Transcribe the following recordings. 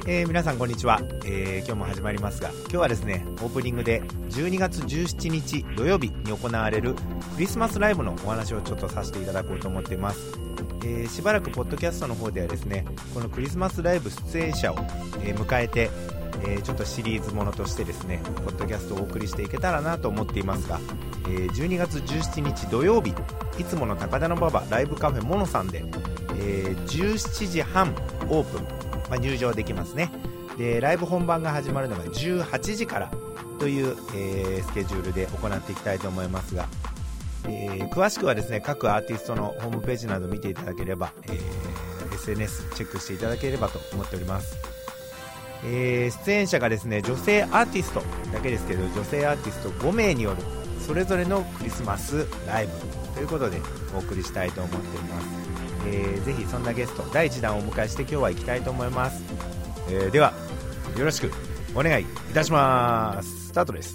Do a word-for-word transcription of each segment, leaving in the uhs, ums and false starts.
えー、皆さんこんにちは、えー、今日も始まりますが、今日はですねオープニングでじゅうにがつじゅうしちにち土曜日に行われるクリスマスライブのお話をちょっとさせていただこうと思っています。えー、しばらくポッドキャストの方ではですねこのクリスマスライブ出演者を、えー、迎えて、えー、ちょっとシリーズものとしてですねポッドキャストをお送りしていけたらなと思っていますが、えー、じゅうにがつじゅうしちにち土曜日、いつもの高田馬場ライブカフェモノさんで、えー、じゅうしちじはんオープン、まあ、入場できますね。でライブ本番が始まるのがじゅうはちじからという、えー、スケジュールで行っていきたいと思いますが、えー、詳しくはですね各アーティストのホームページなど見ていただければ、えー、エスエヌエス チェックしていただければと思っております。えー、出演者がですね女性アーティストだけですけど、女性アーティストごめいによるそれぞれのクリスマスライブということでお送りしたいと思っております。えー、ぜひそんなゲストだいいちだんをお迎えして今日は行きたいと思います。えー、ではよろしくお願いいたします。スタートです。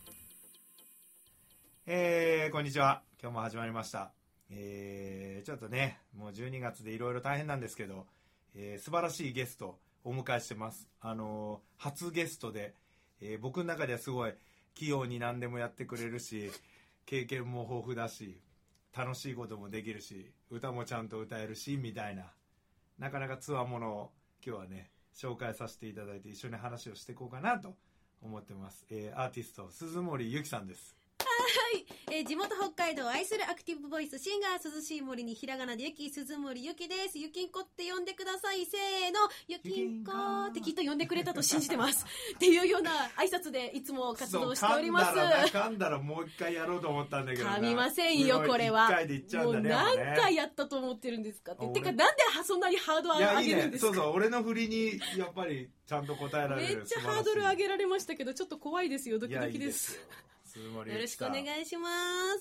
えー、こんにちは。今日も始まりました。えー、ちょっとねもうじゅうにがつでいろいろ大変なんですけど、えー、素晴らしいゲストをお迎えしてます。あのー、初ゲストで、えー、僕の中ではすごい器用に何でもやってくれるし、経験も豊富だし、楽しいこともできるし、歌もちゃんと歌えるしみたいな、なかなかつわものを今日はね紹介させていただいて一緒に話をしていこうかなと思ってます。えー、アーティスト鈴森ゆきさんです。 はい、えー、地元北海道を愛するアクティブボイスシンガー涼しい森にひらがなでゆき鈴森ゆきです。ゆきんこって呼んでください。せーの、ゆきんこってきっと呼んでくれたと信じてますっていうような挨拶でいつも活動しております。 そう噛んだら噛んだらもう一回やろうと思ったんだけどな、 噛みませんよこれは。 いっかいでいっちゃうんだね。 もう何回やったと思ってるんですかって。てかなんでそんなにハードル上げるんですか。 いやいいね、そうそう、俺の振りにやっぱりちゃんと答えられる。 めっちゃハードル上げられましたけどちょっと怖いですよ。ドキドキです。 よろしくお願いします、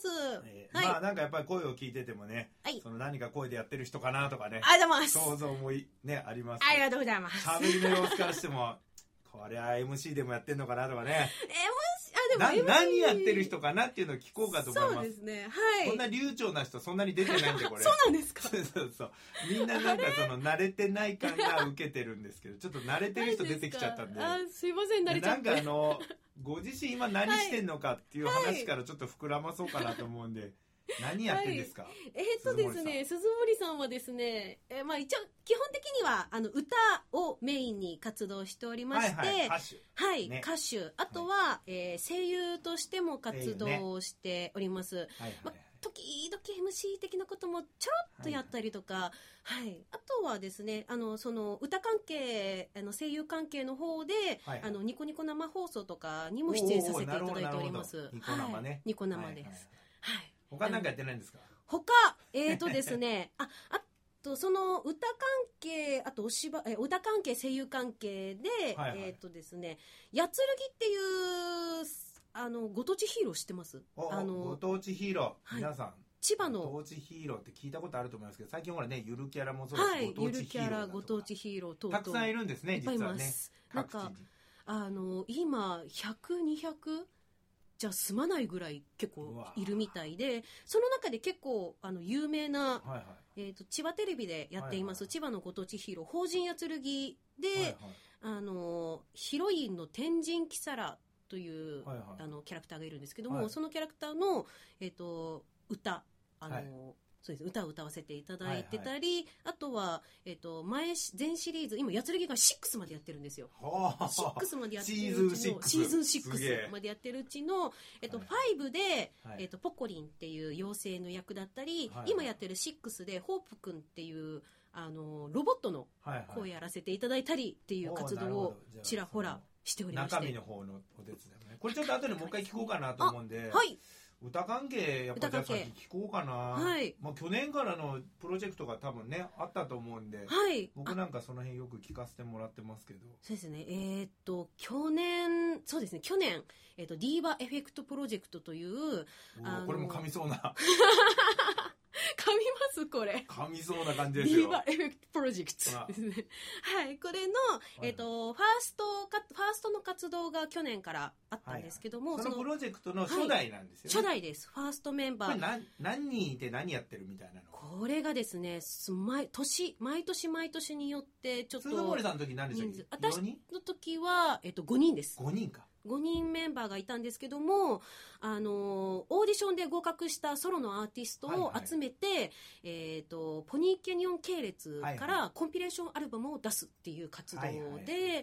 えーはい、まあなんかやっぱり声を聞いててもね、はい、その何か声でやってる人かなとかね、 ありがとうございます。 想像もねあります。 ありがとうございます。 喋りの様子からしてもこれは エムシー でもやってんのかなとかね。 エムシー あでも エムシー何やってる人かなっていうのを聞こうかと思います。 そうですね、はい。 こんな流暢な人そんなに出てないんでこれ。 そうなんですか。 そうそうそう。みんななんかその慣れてない感が受けてるんですけど、ちょっと慣れてる人出てきちゃったんで。 あ、すいません、慣れちゃって。 なんかあのご自身今何してんのかっていう話からちょっと膨らまそうかなと思うんで、はい、何やってんですか。はい、 えー、っとですね鈴森さんはですね、えー、まあ一応基本的にはあの歌をメインに活動しておりまして、はいはい、 歌手、 はい、ね、歌手、あとは、はい、えー、声優としても活動をしております。はいはい、まあ時々 エムシー 的なこともちょろっとやったりとか、はいはい、あとはですねあのその歌関係あの声優関係の方で、はいはい、あのニコニコ生放送とかにも出演させていただいております。 ニコ生ね、はい、 ニコ生です、はいはいはい、 他なんかやってないんですか。 他えーとですねああとその歌関係あとお芝え歌関係声優関係で、はいはい、えーとですねやつるぎっていうあのご当地ヒーロー知ってます。あのご当地ヒーロー、はい、皆さん千葉のご当地ヒーローって聞いたことあると思いますけど、最近ほらねゆるキャラもそうです、 はい、ゆるキャラご当地ヒーロー等々 たくさんいるんですね。実はねなんかあの今ひゃく、にひゃくじゃ済まないぐらい結構いるみたいで、その中で結構あの有名な、はいはいえー、と千葉テレビでやっています、はいはい、千葉のご当地ヒーロー法人やつるぎで、はいはい、あのヒロインの天神キサラという、はいはい、あのキャラクターがいるんですけども、はい、そのキャラクターの、えー、と歌あの、はい、そうです歌を歌わせていただいてたり、はいはい、あとは、えー、と前前シリーズ今やつるぎがろくまでやってるんですよ。ろくまでやってるうちのシーズンろくまでやってるうちの、えー、とごで、はいえー、とポコリンっていう妖精の役だったり、はい、今やってるろくでホープくんっていうあのロボットの声をやらせていただいたりっていう活動をちらほらしておりまして、 中身の方のお手伝いね。これちょっと後でもう一回聞こうかなと思うんで、 はい、 歌関係やっぱじゃあ先聞こうかな。はい、まあ、去年からのプロジェクトが多分ねあったと思うんで、はい、僕なんかその辺よく聞かせてもらってますけど。 そうですねえー、っと去年そうですね去年、えー、っとディーバエフェクトプロジェクトというあのこれも噛みそうな噛みまますこれ。 噛みそうな感じですよ。 ディーバエフェクトプロジェクトですね。はい、これの、えっと、ファーストか、ファーストの活動が去年からあったんですけども、 はいはい、そのプロジェクトの初代なんですよね。 はい、初代です。ファーストメンバー。 これ何、何人いて何やってるみたいなの。 これがですね、毎年、毎年毎年によってちょっと。 鈴森さんの時何でしたっけ？ 私の時は、えっと、ごにんです。 ごにんか。 ごにんメンバーがいたんですけども、あのオーディションで合格したソロのアーティストを集めて、はいはい、えーと、ポニーキャニオン系列からコンピレーションアルバムを出すっていう活動で、はいはい、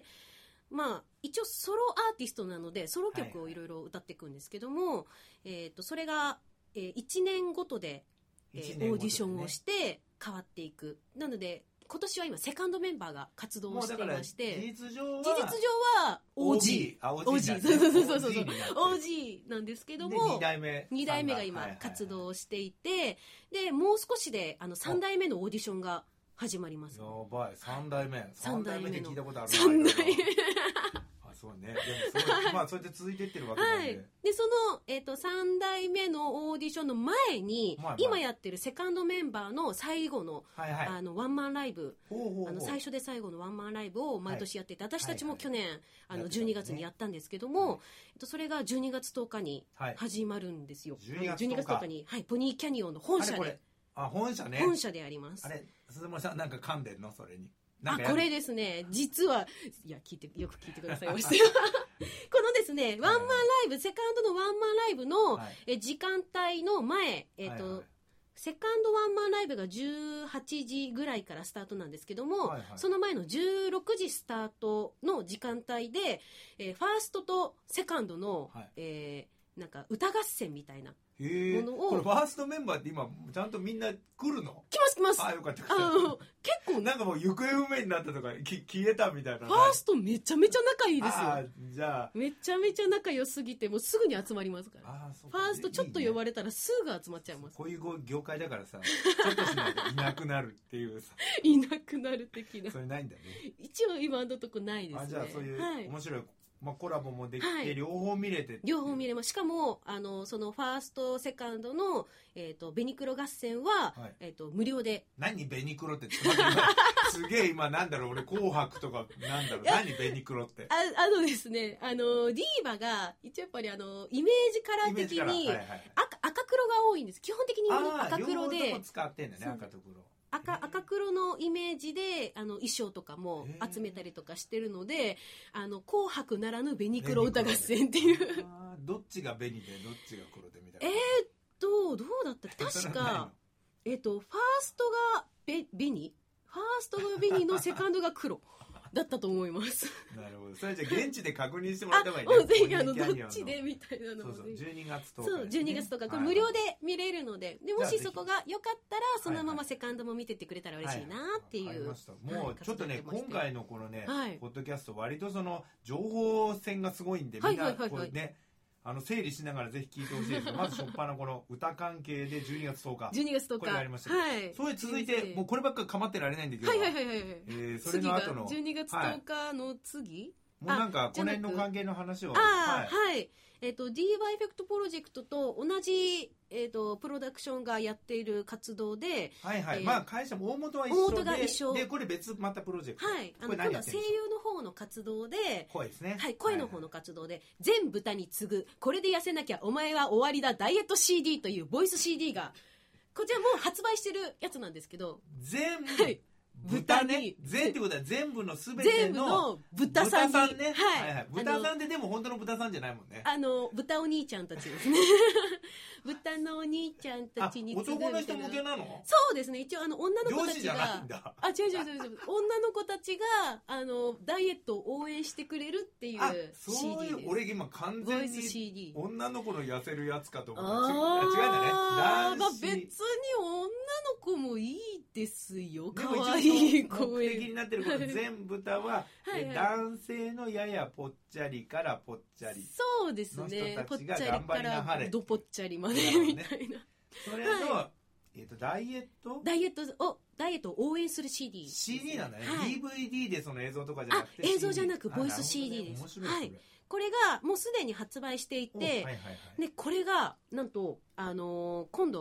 まあ、一応ソロアーティストなのでソロ曲をいろいろ歌っていくんですけども、はいはい、えーと、それが、えー、いちねんごとで、えー、オーディションをして変わっていく。なので今年は今セカンドメンバーが活動していまして、 事実上は事実上は オージーオージーそうそうそうそうそう オージー なんですけども、 に代目に代目が今活動をしていて、でもう少しであのさん代目のオーディションが始まります。 やばい、さん代目さん代目で聞いたことあるな。 さん代目そうね、でもそう、まあ、そうやって続いていってるわけなんで、はい、 でその、えーと、さん代目のオーディションの前に、まあまあ、今やってるセカンドメンバーの最後の、はいはい、あのワンマンライブ、ほうほうほう、あの最初で最後のワンマンライブを毎年やってて、はい、私たちも去年、はいはい、あのじゅうにがつにやったんですけども、はい、えっと、それがじゅうにがつとおかに始まるんですよ、はい、じゅうにがつとおか、じゅうにがつとおかに、はい、ポニーキャニオンの本社で、 あ、本社ね、 本社であります。 あれ、鈴森さんなんか噛んでんのそれに。 あ、これですね、実はいや聞いてよく聞いてくださいましてこのですね、ワンマンライブ、セカンドのワンマンライブの、はい、え時間帯の前、えーとはいはい、セカンドワンマンライブがじゅうはちじぐらいからスタートなんですけども、はいはい、その前のじゅうろくじスタートの時間帯で、えー、ファーストとセカンドの、はい、えー、なんか歌合戦みたいなものを、 これファーストメンバーって今ちゃんとみんな来るの？ 来ます来ます。 あ、よかった。 あの結構なんかもう行方不明になったとかき消えたみたいな。 ファーストめちゃめちゃ仲いいですよ。 あ、じゃあめちゃめちゃ仲良すぎてもうすぐに集まりますから。あ、そうか。ファーストちょっと呼ばれたらすぐ集まっちゃいます。 こういう業界だからさ、ちょっとしないといなくなるっていうさいなくなる的な。 それないんだね。 一応今のとこないですね。 あ、じゃあそういう面白い、はい、まあ、コラボもできて、はい、両方見れて両方見れます。しかもあのそのファーストセカンドの、えー、とベニクロ合戦は、はい、えー、と無料で。 何ベニクロってすげえ今なんだろう、俺紅白とかなんだろう、何ベニクロって。 ああのですね、あのディーバが一応やっぱりあのイメージカラー的に、はいはい、赤, 赤黒が多いんです。基本的に赤黒で。 両方使ってんだね、赤と黒。 赤, 赤黒のイメージであの衣装とかも集めたりとかしてるので、あの紅白ならぬベニクロ歌合戦っていう。 あ、どっちがベニでどっちが黒でみたいな。 えーっとどうだった確かえーっとファーストが ベ, ベニファーストがベニのセカンドが黒だったと思います。 なるほど。それじゃあ現地で確認してもらった方がいいね。 もうぜひあのどっちでみたいなのを。 そうそう、じゅうにがつとおか、ね。 そう、じゅうにがつとかこれ無料で見れるので、でもしそこが良かったらそのままセカンドも見てってくれたら嬉しいなっていう。はいはい、 もうちょっとね、今回のこのね、はい、ポッドキャスト割とその情報戦がすごいんで、みんなこれね、あの整理しながらぜひ聞いてほしいです。まず初っ端のこの歌関係でじゅうにがつとおか。 じゅうにがつとおか。 これがありましたけど。はい。それ続いて、もうこればっか構ってられないんだけど。 はいはいはいはい。 えー、それの後の。 じゅうにがつとおかの次、 はい、もうなんか、この辺の関係の話を。 ああ、はい。はいえっ、ー、と、ディーバエフェクトプロジェクトと同じ、えっ、ー、と、プロダクションがやっている活動で。 はいはい。えー、まあ、会社も大元は一緒で。大元が一緒。で、これ別、またプロジェクト。 はい。あの、今度は声優の方の活動で。 声ですね。 はい、声の方の活動で。はいはい、全豚に次ぐ、これで痩せなきゃお前は終わりだ、ダイエット シーディー というボイス シーディー が、こちらもう発売してるやつなんですけど。 全部。はい。豚ね。全ってことは全部のすべての全部の豚さんに。 豚さんね。はい。はいはい、豚さんってでも本当の豚さんじゃないもんね。 あの、豚お兄ちゃんたちですね。豚のお兄ちゃんたちに次ぐ。男の人向けなの？ そうですね。一応あの女の子たちが。 上司じゃないんだ。 あ、違う違う違う違う。女の子たちが、あの、ダイエットを応援してくれるっていう シーディー です。 そういう、俺今完全に女の子の痩せるやつかと思った。 違うんだね。あまあ別に女の子もいいですよ。かわいい声。 目的になってるこの全豚ははいはい、男性のややぽっちゃりからぽっちゃりそうですねぽっちゃりからドぽっちゃりまでみたいなそれの、はい、えーと、ダイエットダイエットをダイエットを応援する シーディーシーディー なんだね、はい、ディーブイディー でその映像とかじゃなくて映像じゃなくボイス シーディー です、ね、はい、これがもうすでに発売していて、はいはいはい、でこれがなんと、あのー、今度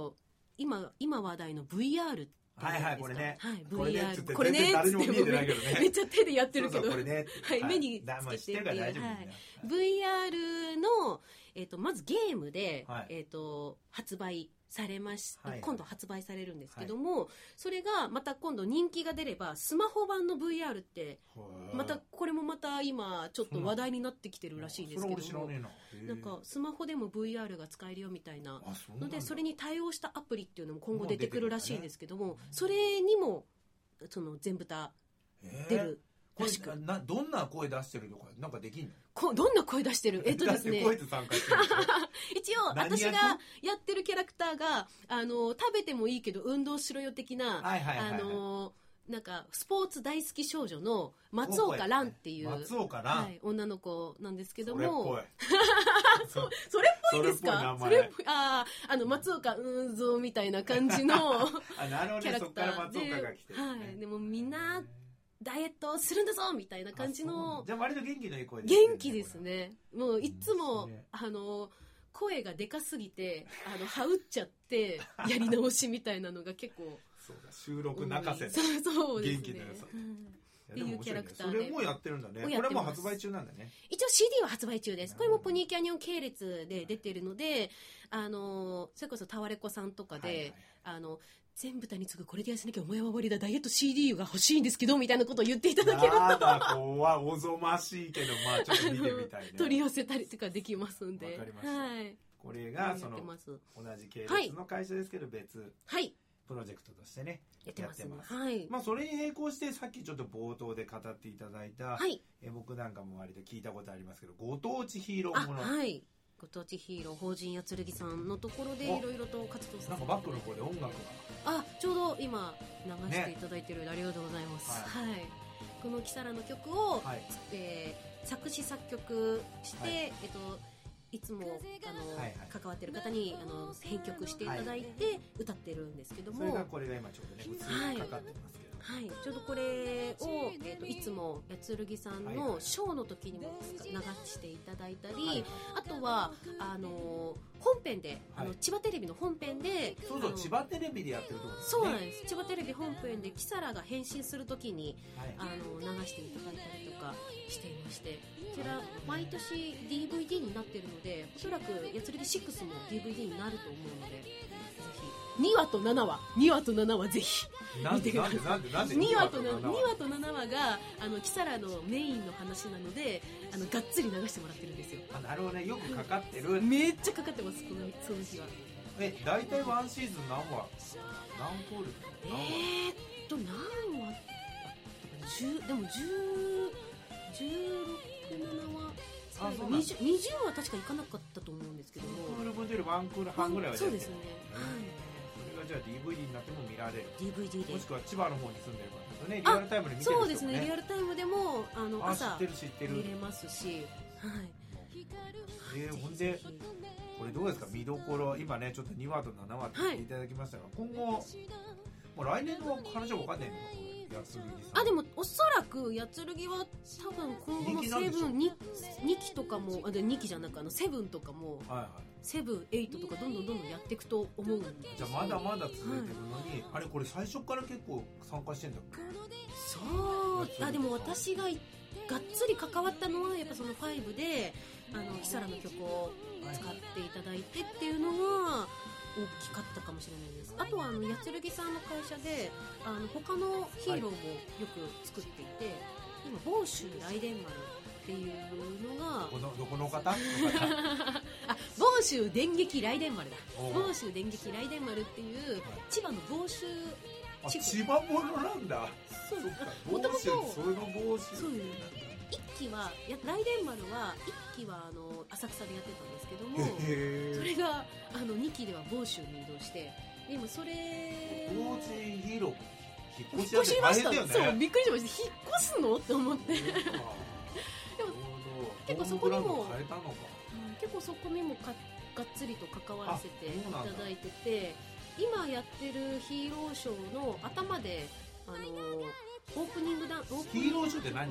今今話題の ブイアールはいはい、これね。 はい、 これねっつって、 これね誰にも見えてないけどね。 めっちゃ手でやってるけど。 そうそうこれね。 はい、目につけてっていう。はい。ブイアール の、えっと、まずゲームで、はい、えっと、発売されまし、はいはい、今度発売されるんですけども、はい、それがまた今度人気が出れば、スマホ版の ブイアール って、また、これもまた今、ちょっと話題になってきてるらしいんですけども、なんか、スマホでも ブイアール が使えるよみたいなので、それに対応したアプリっていうのも今後出てくるらしいんですけども、それにも、その全豚出る。 これなどんな声出してるのかなんかできんの？ こどんな声出してる？えっとですね。 声で参加してる一応私がやってるキャラクターがあの食べてもいいけど運動しろよ的な、はいはいはいはい、あのなんかスポーツ大好き少女の松岡蘭っていう、 松岡蘭、 はい、女の子なんですけども、 それっぽい。 そそれっぽいですか？それっぽい。ああの松岡うんぞみたいな感じのあなるほど、ね、 キャラクターで、 そっから松岡が来てる、ね、 はい、でもみんなダイエットするんだぞみたいな感じの。 じゃあ割と元気のいい声ですね。 元気ですね。もういつも、ね、あの声がでかすぎてあのはうっちゃってやり直しみたいなのが結構そうだ収録泣かせのそうそうですね、 元気の良さ、うん、 っていうキャラクターで、 それもやってるんだね。これも発売中なんだね。 一応 シーディー は発売中です。これもポニーキャニオン系列で出てるので、あのそれこそタワレコさんとかで、はいはい、あの全豚に次ぐこれで痩せなきゃお前は終わりだ、ダイエット シーディー が欲しいんですけどみたいなことを言っていただけると、 やだ怖いおぞましいけど、まあちょっと見てみたいね。 取り寄せたりとかできますんで。 わかりました、 はい、 これがその同じ系列の会社ですけど別、はい、プロジェクトとしてねやってます。はい、まあそれに並行してさっきちょっと冒頭で語っていただいた、はい、え僕なんかも割と聞いたことありますけど、ご当地ヒーローもの、 はい、ご当地ヒーロー法人やつるぎさんのところでいろいろと活動させて、 なんかバックの方で音楽が、 あちょうど今流していただいてるので、ね、ありがとうございます、はいはい、このキサラの曲を、はい、えー、作詞作曲して、はい、えっといつもあの、はいはい、関わってる方にあの編曲していただいて歌ってるんですけども、 それがこれが今ちょうどね映りかかってますけど、 はい、ちょうどこれを、えー、といつもやつるぎさんのショーの時にも流していただいたり、はいはい、あとはあの本編で、はい、あの千葉テレビの本編で、 そうそう千葉テレビでやってるところですね。 そうなんです。千葉テレビ本編でキサラが変身する時に、はい、あの流していただいたりとかしていまして、こちら毎年 ディーブイディー になっているので、おそらくやつるぎシックスも ディーブイディー になると思うので、ぜひにわとななわにわとななわぜひ見てください。 なんでなんでにわとななわがあのキサラのメインの話なので、あのがっつり流してもらってるんですよ。 あ、なるほどね。よくかかってる。 めっちゃかかってます、このその日は。 え、大体ワンシーズン何話何コールえーっと何話じゅうでもじゅう、じゅうろく、ななわにじゅう、にじゅうは確かいかなかったと思うんですけども、 クール分でワンクール半ぐらいはそうですね、 はい、それがじゃあ ディーブイディー になっても見られる。 ディーブイディー で、 もしくは千葉の方に住んでる方とね、リアルタイムで見てる人もね。 そうですね、リアルタイムでもあの朝知ってる知ってる見れますし、はい、 えー、ほんでこれどうですか、見どころ。今ねちょっとにわとななわって言っていただきましたが、はい、今後もう来年の話は分かんないのか、やつるぎさん。 あ、でもおそらくやつるぎは多分今後のセブン に, にきとかも、あでにきじゃなくあのセブンとかも、はいはい、セブン、エイトとかどんどんどんどんやっていくと思うんです。 じゃあまだまだ続いてるのに、はい、あれこれ最初から結構参加してんだっけ。 そう、あでも私ががっつり関わったのはやっぱそのファイブであのキサラの曲を使っていただいてっていうのが大きかったかもしれないです。あとはあのやつるぎさんの会社であの他のヒーローもよく作っていて、はい、今房州雷電丸っていうのがどこの、どこの方あ、 房州電撃雷電丸だ。房州電撃雷電丸っていう、はい、千葉の房州地区、千葉ものなんだ。そうか、もともとそれの房州なんだ。 一期は雷電丸は一期はあの浅草でやってたんですけども、それがあのにきでは房州に移動して今それ当時ヒーロー引っ越しました。そうびっくりしました。引っ越すのって思ってでも結構そこにも変えたのか、 うん、結構そこにもかがっつりと関わらせていただいてて、今やってるヒーローショーの頭であのオープニングダンヒーローショーって何？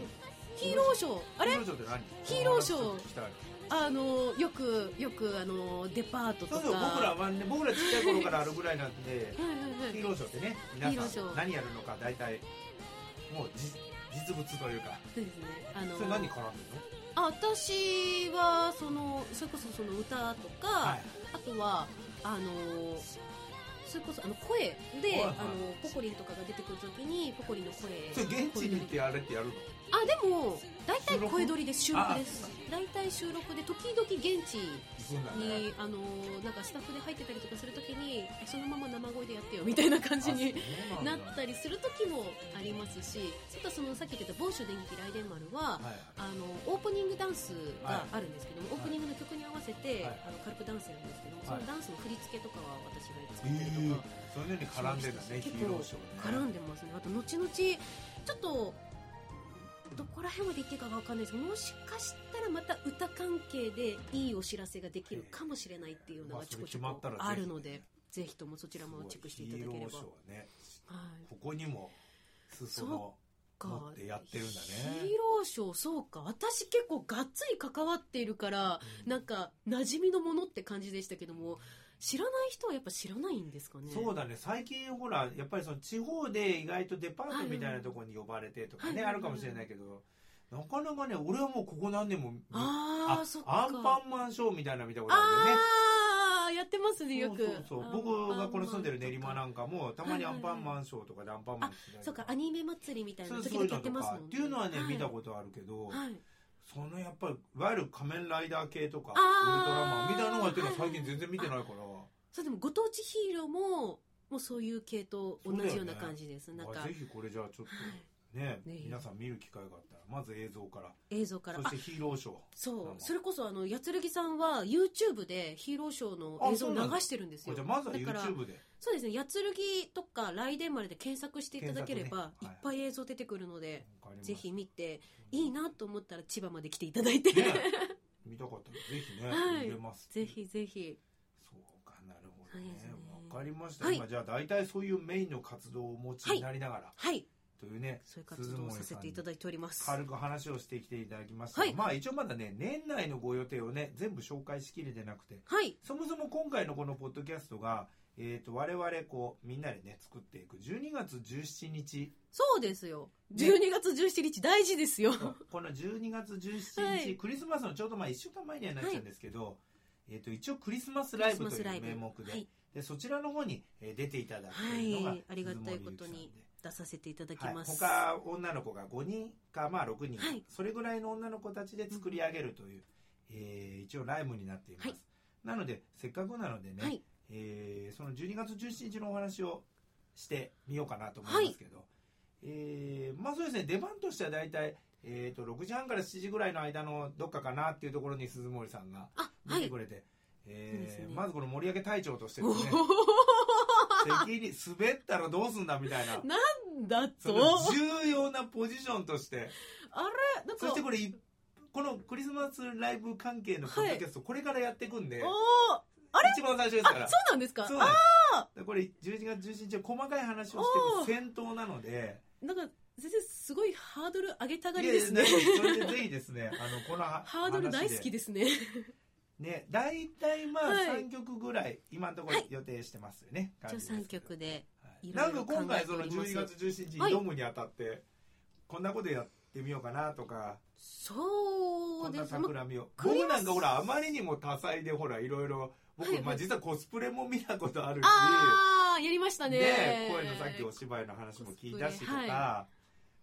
ヒーローショー、あれヒーローショーって何？ ヒーローショー、あのよくよくあのデパートとか、 そうそう、僕らはね、僕らちっちゃい頃からあるぐらいなんでヒーローショーってね、皆さん何やるのか大体もう実物というか。 そうですね。あのそれ何絡んでるの？ あ、私はそのそれこそその歌とか、はい、あとはあのそれこそあの声で、はいはい、あのポコリンとかが出てくるときにポコリンの声、 それ現地に行ってあれってやるの？ あ、でも大体声撮りで収録です。大体収録で時々現地に、あのなんかスタッフで入ってたりとかするときにそのまま生声でやってよみたいな感じになったりするときもありますし、ちょっとそのさっき言った某所電気雷電丸は、はい、あのオープニングダンスがあるんですけども、はい、オープニングの曲に合わせて、はい、あの軽くダンスやるんですけども、そのダンスの振り付けとかは私が作ったりとか、 えー、そういうのに絡んでるんだね。 結構絡んでますね。あと後々ちょっとどこら辺まで言っていいかが分かんないですけど、もしかしたらまた歌関係でいいお知らせができるかもしれないっていうのがちょこちょこあるので、ぜひともそちらもチェックしていただければ。ヒーローショーはね、はい、ここにも裾野持ってやってるんだね。ヒーローショー、そうか、私結構がっつり関わっているから、うん、なんか馴染みのものって感じでしたけども、知らない人はやっぱ知らないんですかね。そうだね、最近ほらやっぱりその地方で意外とデパートみたいなところに呼ばれてとかね、はいはいはい、あるかもしれないけど、なかなかね、俺はもうここ何年もああそっか、アンパンマンショーみたいな見たことあるよね。ああやってますね、よく。そうそうそう、僕がこれ住んでる練馬なんかもたまにアンパンマンショーとかでアンパンマンしてたりとか、あ、そうか、アニメ祭りみたいな時々やってますもんね。っていうのはね、はい、見たことあるけど、はい、そのやっぱりいわゆる仮面ライダー系とかウルトラマンみたいなのがやってるのは最近全然見てないから、はい、そう、でもご当地ヒーローももうそういう系と同じような感じです。ね、なんかぜひこれじゃあちょっと、はいね、ね、皆さん見る機会があったらまず映像から映像から、そしてヒーローショー、そう、それこそあのやつるぎさんは YouTube でヒーローショーの映像を流してるんですよ。じゃあまずは YouTube で。そうですね、やつるぎとか雷電丸で検索していただければ、ね、はい、いっぱい映像出てくるので、ぜひ見て、いいなと思ったら千葉まで来ていただいて、ね、見たかったらぜひね、はい、見れます。ぜひぜひ。そうか、なるほどね、わかりました、はい、今じゃあ大体そういうメインの活動をお持ちになりながら、はい、はいというね、そういう活動をさせていただいております。軽く話をしてきていただきましたが、はい、まあ一応まだね、年内のご予定をね全部紹介しきれてなくて、はい、そもそも今回のこのポッドキャストが、えー、と我々こうみんなでね作っていくじゅうにがつじゅうしちにち、そうですよ、じゅうにがつじゅうしちにち大事ですよ。このじゅうにがつじゅうしちにち、はい、クリスマスのちょうどまあいっしゅうかんまえにはなっちゃうんですけど、はい、えー、と一応クリスマスライブという名目で、はい、でそちらの方に出ていただくというのが、はい、ありがたいことに出させていただきます、はい、他女の子がごにんかまあろくにん、はい、それぐらいの女の子たちで作り上げるという、うん、えー、一応ライブになっています、はい、なのでせっかくなのでね、はい、えー、そのじゅうにがつじゅうしちにちのお話をしてみようかなと思いますけど、はい、えー、まあそうですね、出番としてはだいたい、えー、とろくじはんからしちじぐらいの間のどっかかなっていうところに鈴森さんが出てくれて、はい、えーね、まずこの盛り上げ隊長としてですね責任滑ったらどうすんだみたいな、なんだと重要なポジションとしてあれなんか、そしてこれこのクリスマスライブ関係のポッドキャスト、はい、これからやっていくんで、あれ一番最初ですから。あ、そうなんですか。そうなんです。あ、これじゅういちがつじゅうしちにちは細かい話をしていく先頭なので、なんか先生すごいハードル上げたがりですね。いやいや、それでぜひですね、あのこのハードル大好きですね。ね、大体まあさんきょくぐらい、はい、今のところ予定してますよね。はい、さんきょくでいろいろ考えております。なんか今回そのじゅうにがつじゅうしちにちに挑むにあたって、はい、こんなことやってみようかなとか、そうですね、こんな企みを、僕なんかほらあまりにも多彩でほらいろいろ僕、はい、まあ実はコスプレも見たことあるし、ああやりましたね。ね、声のさっきお芝居の話も聞いたしとか、はい、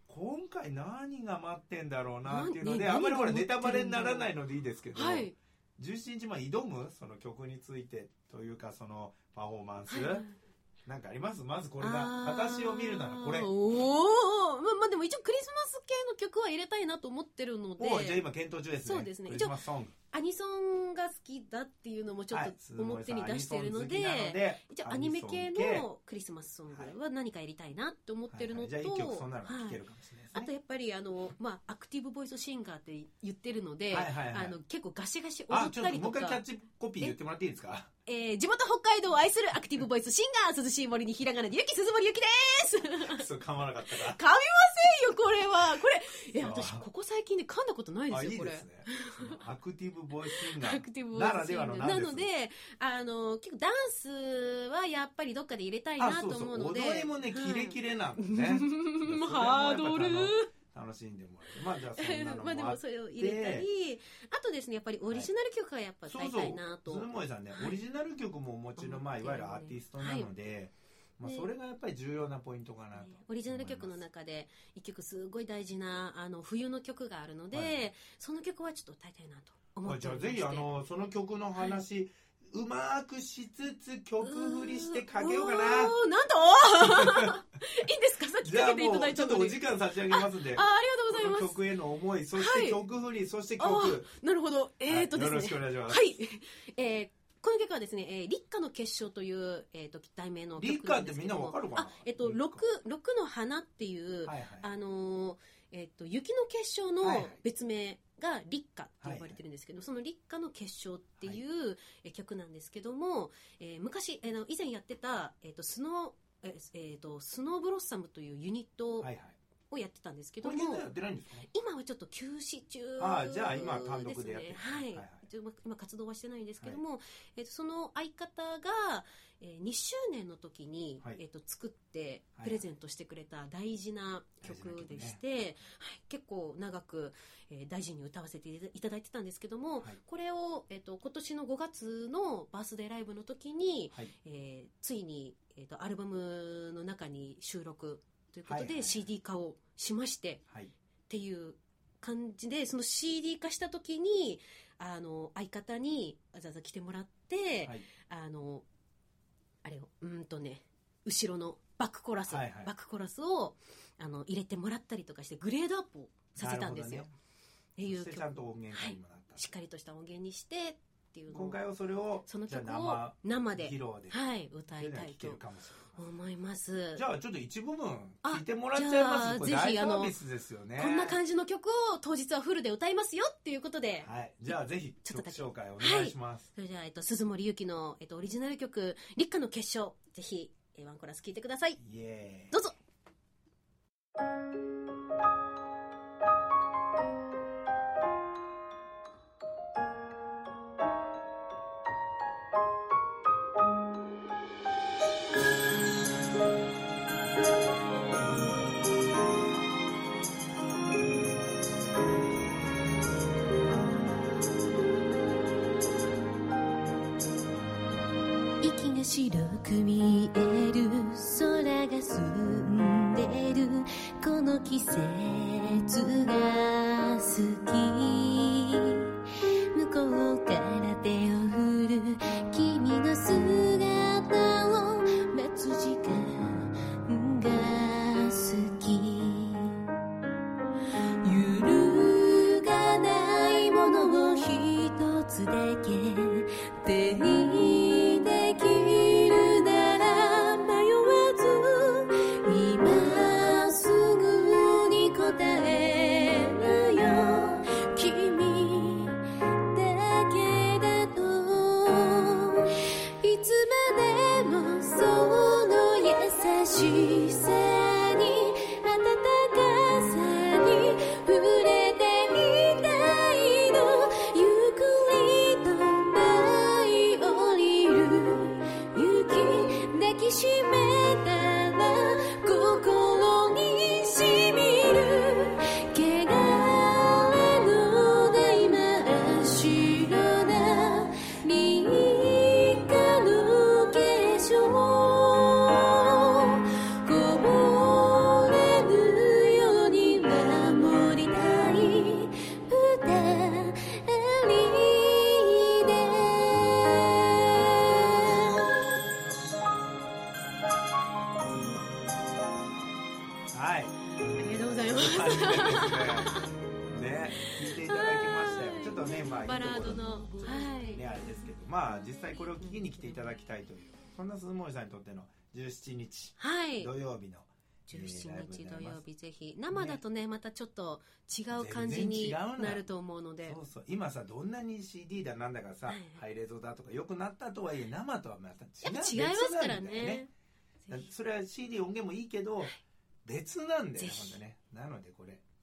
今回何が待ってんだろうなっていうので、ね、あんまりほらネタバレにならないのでいいですけど、はい、じゅうしちにちまあ挑むその曲についてというかそのパフォーマンス、はい、なんかあります？まずこれが私を見るならこれ。おお、まあ、まあでも一応クリスマス系の曲は入れたいなと思ってるので。お、じゃあ今検討中ですね。そうですね。クリスマスソング。アニソンが好きだっていうのもちょっと表に出しているので、はい、で一応アニメ系のクリスマスソングは何かやりたいなって思ってるのと、はいはい、じゃあいっきょくそんなの聴けるかもしれないですね。はい、あとやっぱりあの、まあ、アクティブボイスシンガーって言ってるので、はいはいはい、あの結構ガシガシ踊ったりとか。あ、ちょっともう一回キャッチコピー言ってもらっていいですか？えー、地元北海道を愛するアクティブボイスシンガー、涼しい森にひらがなでゆき、鈴森ゆきです。そう噛まなかったか。噛みませんよこれは。これえ、私ここ最近で噛んだことないですよ、これ。 いいですね。アクティブボイスシンガアクティブボーイスシンガーならではのなんです。 なので、あの、結構ダンスはやっぱりどっかで入れたいなと思うので。 あ、そうそう、踊りもね、キレキレなんでね。 ハードル。 楽しんでもらえる。まあじゃあそんなのもあって。 まあでもそれを入れたり、あとですね、やっぱりオリジナル曲がやっぱ歌いたいなと。 そうそう、鈴森さんね、オリジナル曲もお持ちの、まあいわゆるアーティストなので、まあ、それがやっぱり重要なポイントかなと、ね、 オリジナル曲の中で一曲すごい大事なあの冬の曲があるので、はい、その曲はちょっと歌いたいなと思っておりまして。 じゃあぜひあのその曲の話、はい、うまくしつつ曲振りしてかけようかな。 なんといいんですか、さっきかけていただいたのに。 じゃあもうちょっとお時間差し上げますんで。 あ、ありがとうございます。 曲への思い、そして曲振り、はい、そして曲。 なるほど。えー、っとですね、 はい、よろしくお願いします。 はい。えーこの曲はですね、えー、立夏の結晶という、えー、と題名の曲なんですけども、 立夏ってみんなわかるかな。 あ、えっ、ー、と六六の花っていう、はいはい、あのー、えっ、ー、と雪の結晶の別名が立夏って呼ばれてるんですけど、はいはい、その立夏の結晶っていう、はい、えー、曲なんですけども、えー、昔、えー、以前やってたえっ、ー、とスノー、えーえー、とスノーブロッサムというユニット、はいはいをやってたんですけども、 これやってないんですか？ 今はちょっと休止中ですね。 ああ、じゃあ今単独でやってる、 はい、はいはい、今活動はしてないんですけども、はい、えー、とその相方が、えー、にしゅうねんの時に、はい、えー、と作ってプレゼントしてくれた大事な曲でして、はいはい、結構長く、えー、大事に歌わせていただいてたんですけども、はい、これを、えー、と今年のごがつのバースデーライブの時に、はい、えー、ついに、えー、とアルバムの中に収録ということで シーディー 化をしまして、はい、っていう感じで、その シーディー 化した時にあの相方にわざわざ来てもらって、はい、あのあれをうんとね後ろのバックコーラス、はいはい、バックコーラスをあの入れてもらったりとかしてグレードアップをさせたんですよ。っていう曲、 ちゃんと音源化にもなった、はい、 しっかりとした音源にしてっていうのを、 今回はそれをその曲を生で、 披露で、 はい、歌いたいと思います。 じゃあちょっと一部分聞いてもらっちゃいます。これ大サービスですよね。 こんな感じの曲を当日はフルで歌いますよっていうことで、 はい、じゃあぜひ曲紹介お願いします。 はい、それじゃあ、えっと、鈴森ゆきの、えっと、オリジナル曲立夏の結晶、ぜひワンコーラス聴いてください。 イエーイ、 どうぞ。白く見える空が澄んでるこの季節が好き、向こうから手を振る君の姿を待つ時間が好き、揺るがないものを一つだけ手にできるなら迷わず今すぐに答えるよ、君だけだといつまでもその優しさに温かさに触れてみたいの、ゆっくりと舞い降りる雪抱きしめたら心にしみる汚れのない真っ白な立夏の結晶、こぼれぬように守りたい二人で。 はい、 ありがとうございます。 ね、聞いていただきましたよ。ちょっとね、まあバラードの、はい、 ね、あれですけど、まあ実際これを聞きに来ていただきたいという、そんな鈴森さんにとってのじゅうしちにち、はい、土曜日のじゅうしちにち土曜日、ぜひ生だとね、ね、またちょっと違う感じになると思うので、 そうそう、今さどんなに シーディー だなんだかさ、はい、ハイレゾだとか良くなったとはいえ生とはまた違う、 違いますからね。 それは シーディー 音源もいいけど別なんだよね、ほんとね。なのでこれ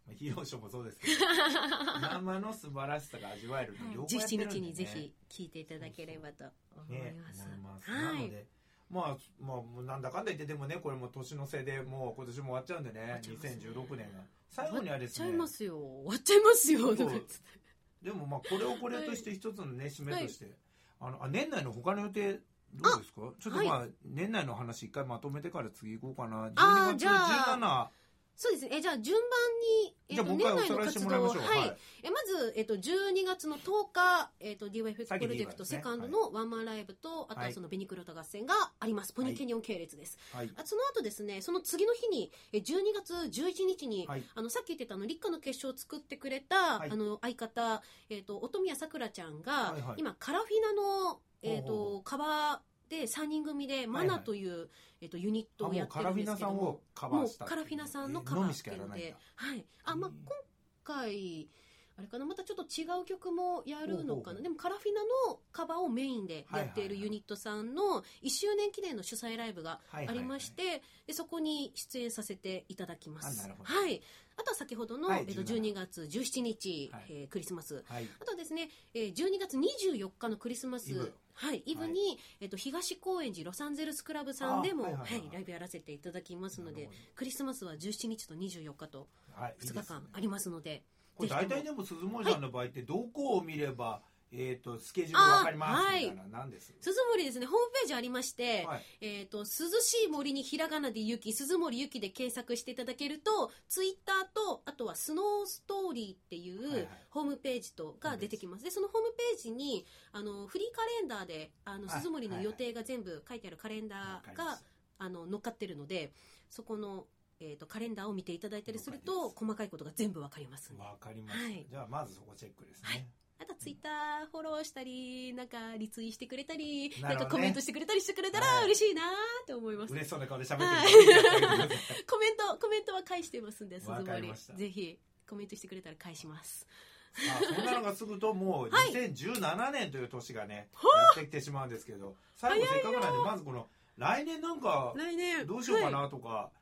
ヒーローショーもそうですけど生の素晴らしさが味わえるの、 はい、じゅうしちにちにぜひ聞いていただければと思います。 そうそう、ね、思います。 はい、 なのでまあ、まあ、なんだかんだ言ってでもね、これも年の瀬でもう今年も終わっちゃうんでね、にせんじゅうろくねんが最後にはですね、 終わっちゃいますよ、終わっちゃいますよとかでもまあこれをこれとして一つのね、締めとして、はい、あのあ年内の他の予定どうですか？ちょっとまあ、はい、年内の話一回まとめてから次行こうかな。じゅうにがつじゅうなな、 そうですね。えじゃあ順番に、えー、と年内の活動を、はい、はい、えまず、えー、とじゅうにがつのとおか、えー、と ディーワイエフエックス プロジェクトセカンドのワンマンライブと、あとはそのベニクロタ合戦があります。ポニーキャニオン系列です。はい、あその後ですね、その次の日にじゅうにがつじゅういちにちに、はい、あのさっき言ってたあの立夏の結晶を作ってくれた、はい、あの相方、えー、と音宮さくらちゃんが、はいはい、今カラフィナの、えー、とカバーでさんにん組でマナという、はいはい、えっと、ユニットをやってるんですけども、もうカラフィナさんのカバーっていうので、はい、あ、まあ、今回あれかな、またちょっと違う曲もやるのかな。でもカラフィナのカバーをメインでやっているユニットさんのいっしゅうねん記念の主催ライブがありまして、はいはいはい、でそこに出演させていただきます。あ、なるほど。はい。あとは先ほどの、はい、えっと、じゅうにがつじゅうしちにち、はい、えー、クリスマス、はい、あとはですね、えー、じゅうにがつにじゅうよっかのクリスマスイブ、はい、イブに、はい、えっと、東高円寺ロサンゼルスクラブさんでも、はいはいはいはい、ライブやらせていただきますので、クリスマスはじゅうしちにちとにじゅうよっかとふつかかんありますので、はい、いいですね。 これ大体でも鈴森さんの場合ってどこを見れば、はい、えー、とスケジュール分かりますみたいな、何です？ 鈴森ですね、ホームページありまして、はい、えー、と涼しい森にひらがなで雪、鈴森雪で検索していただけると、ツイッターとあとはスノーストーリーっていうホームページとが出てきます。でそのホームページにあのフリーカレンダーであの鈴森の予定が全部書いてあるカレンダーが、あの乗っかってるので、そこのえー、とカレンダーを見ていただいたりすると細かいことが全部わかりますね。 わかりました、はい、じゃあまずそこチェックですね、はい、 あとツイッターフォローしたり、なんかリツイしてくれたり、な、ね、なんかコメントしてくれたりしてくれたら嬉しいなって思います。 嬉しそうな顔で喋ってる、はい、 コメントコメントは返してますんで、鈴森ぜひコメントしてくれたら返します。 あそんなのがすぐともうにせんじゅうななねんという年がね、はい、やってきてしまうんですけど、最後せっかくなんでまずこの来年なんかどうしようかなとか、はい、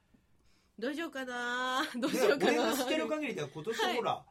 どうしようかなどうしようかな。 俺が知ってる限りでは今年ほら、はい、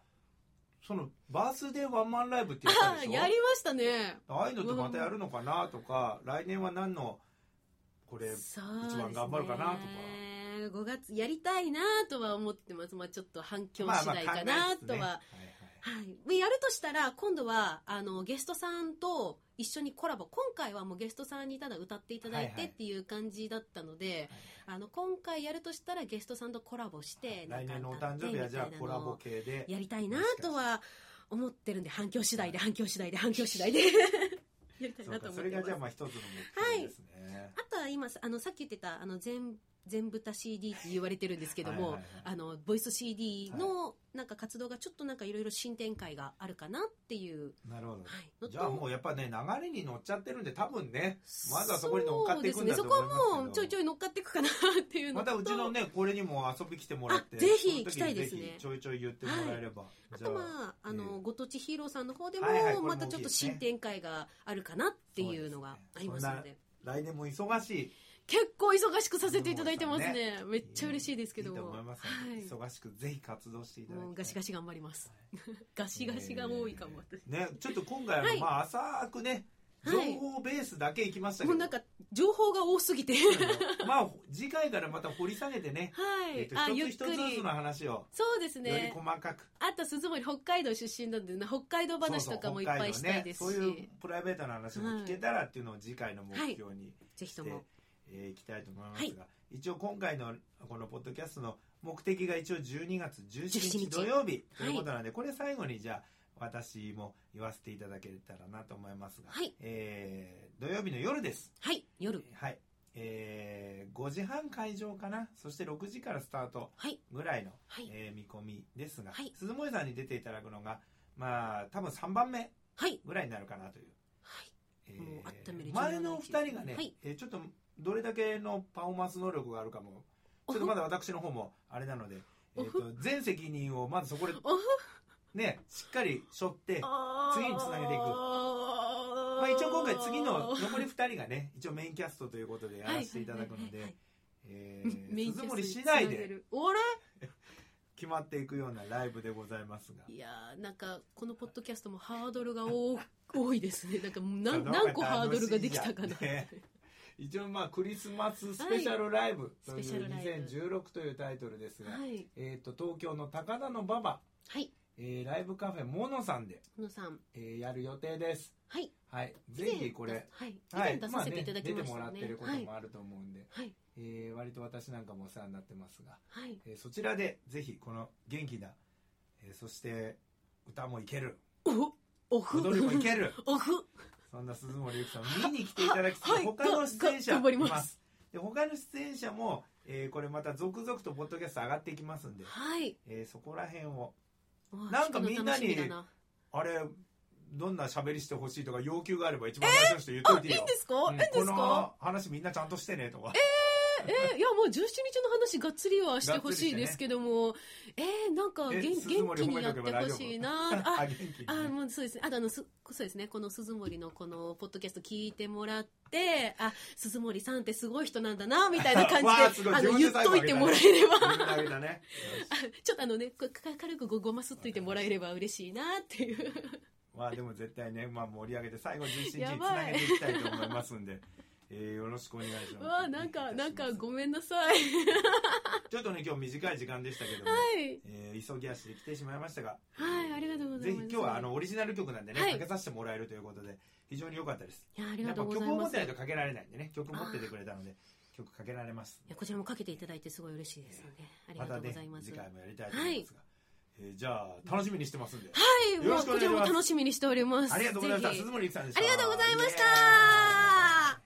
そのバースデーワンマンライブってやったでしょ。 やりましたね。 ああいうのとまたやるのかなとか、うん、来年は何のこれ一番頑張るかなとか、 ごがつやりたいなとは思ってます。まあ、ちょっと反響次第かなとは、はい、やるとしたら今度はあのゲストさんと一緒にコラボ。今回はもうゲストさんにただ歌っていただいてっていう感じだったので、はいはい、あの今回やるとしたらゲストさんとコラボして、 はい、来年のお誕生日はじゃあコラボ系でやりたいなとは思ってるんで、反響次第で反響次第で反響次第でやりたいなと思ってます。 それがじゃあまあ一つの目標ですね、はい、 あとは今あのさっき言ってたあの全全豚 シーディー って言われてるんですけども、はいはいはい、あのボイス シーディー のなんか活動がちょっとなんかいろいろ新展開があるかなっていう。 なるほど、はい、じゃあもうやっぱね流れに乗っちゃってるんで、多分ねまずはそこに乗っかっていくんだと思いますけど、 そこはもうちょいちょい乗っかっていくかなっていうのと、 またうちのねこれにも遊び来てもらって、 ぜひ来たいですね。 ちょいちょい言ってもらえれば、はい、 あとまああの、えー、ご当地ヒーローさんの方でも、はいはい、またちょっと新展開があるかなっていうのがありますので、 ね、来年も忙しい、 結構忙しくさせていただいてますね。ね、めっちゃ嬉しいですけども、いいと思います、はい、忙しくぜひ活動していただきたい。 もうガシガシ頑張ります、はい、ガシガシが多いかも、 えー、ね、ちょっと今回は、はい、まあ浅くね情報ベースだけいきましたけど、 はい、もうなんか情報が多すぎてまあ次回からまた掘り下げてね、はい、えー、と一つ一つずつの話をそうですね、 より細かく。 あと鈴森北海道出身なんで、ね、北海道話とかもいっぱいしたいですし、 そうそう、ね、そういうプライベートな話も聞けたらっていうのを次回の目標に、はい、 ぜひともえー、いきたいと思いますが、はい、一応今回のこのポッドキャストの目的が一応じゅうにがつじゅうしちにち土曜日ということなので、はい、これ最後にじゃあ私も言わせていただけたらなと思いますが、はい、えー、土曜日の夜です。 はい、夜、 はい、えー、ごじはん会場かな。そしてろくじからスタートぐらいの、はい、えー、見込みですが、はい、鈴森さんに出ていただくのがまあ多分さんばんめぐらいになるかなという、はい、えー、もう温める前のふたりがね、はい、えー、ちょっとどれだけのパフォーマンス能力があるかもちょっとまだ私の方もあれなので、えー、と全責任をまずそこでねしっかり背負って次につなげていく。まあ、一応今回次の残りふたりがね一応メインキャストということでやらせていただくので、鈴森市内で決まっていくようなライブでございますが、 いやーなんかこのポッドキャストもハードルが多多いですね。なんか何何個ハードルができたかな、ね、 一応まあクリスマススペシャルライブという、 はい、 にせんじゅうろくというタイトルですが、 はい、 えー、と東京の高田馬場、 はい、 えー、ライブカフェモノさんで、 モノさん、 えー、やる予定です。 はい、 はい、ぜひこれ、 はい、以前出させていただきましたね。 出てもらってることもあると思うんで、 はい、 えー、割と私なんかもお世話になってますが、 はい、 えー、そちらでぜひこの元気な、えー、そして歌もいける、 おオフ踊りもいけるオフそんな鈴森ゆきさんを見に来ていただきつつ、他の出演者います。で他の出演者も、えー、これまた続々とポッドキャスト上がっていきますんで、 はい、 えー、そこら辺をなんかみんなにあれどんな喋りしてほしいとか要求があれば一番最初の人言っといてよ。 えー、いいんですか、 うん、 いいんですか。 この話みんなちゃんとしてねとか。 えー、えー、いやもうじゅうしちにちの話がっつりはしてほしいですけども、ね、えー、なんか元気にやってほしいなあ。あ、あ、もうそうですね。あとあのすそうですね。この鈴森のこのポッドキャスト聞いてもらって、あ、鈴森さんってすごい人なんだなみたいな感じであの言っといてもらえれば、ね、ちょっとあのね軽くごますっといてもらえれば嬉しいなっていう。 まあでも絶対ね、まあ、盛り上げて最後じゅうしちにちにつなげていきたいと思いますんで、えー、よろしくお願いします。 わあ、なんかなんかごめんなさい。 ちょっとね今日短い時間でしたけども、 はい、 えー、急ぎ足で来てしまいましたが、 はい、ありがとうございます。 ぜひ今日はあのオリジナル曲なんでね、はい、かけさせてもらえるということで非常に良かったです。 いや、ありがとうございます。 曲を持ってないとかけられないんでね、曲持っててくれたので曲かけられます。 いや、こちらもかけていただいてすごい嬉しいですので、ありがとうございます。 またね次回もやりたいと思いますが、はい、えー、じゃあ楽しみにしてますんで、 はい、よろしくお願いします。もうこちらも楽しみにしております。 ありがとうございました。鈴森ゆきさんでした。 ありがとうございました。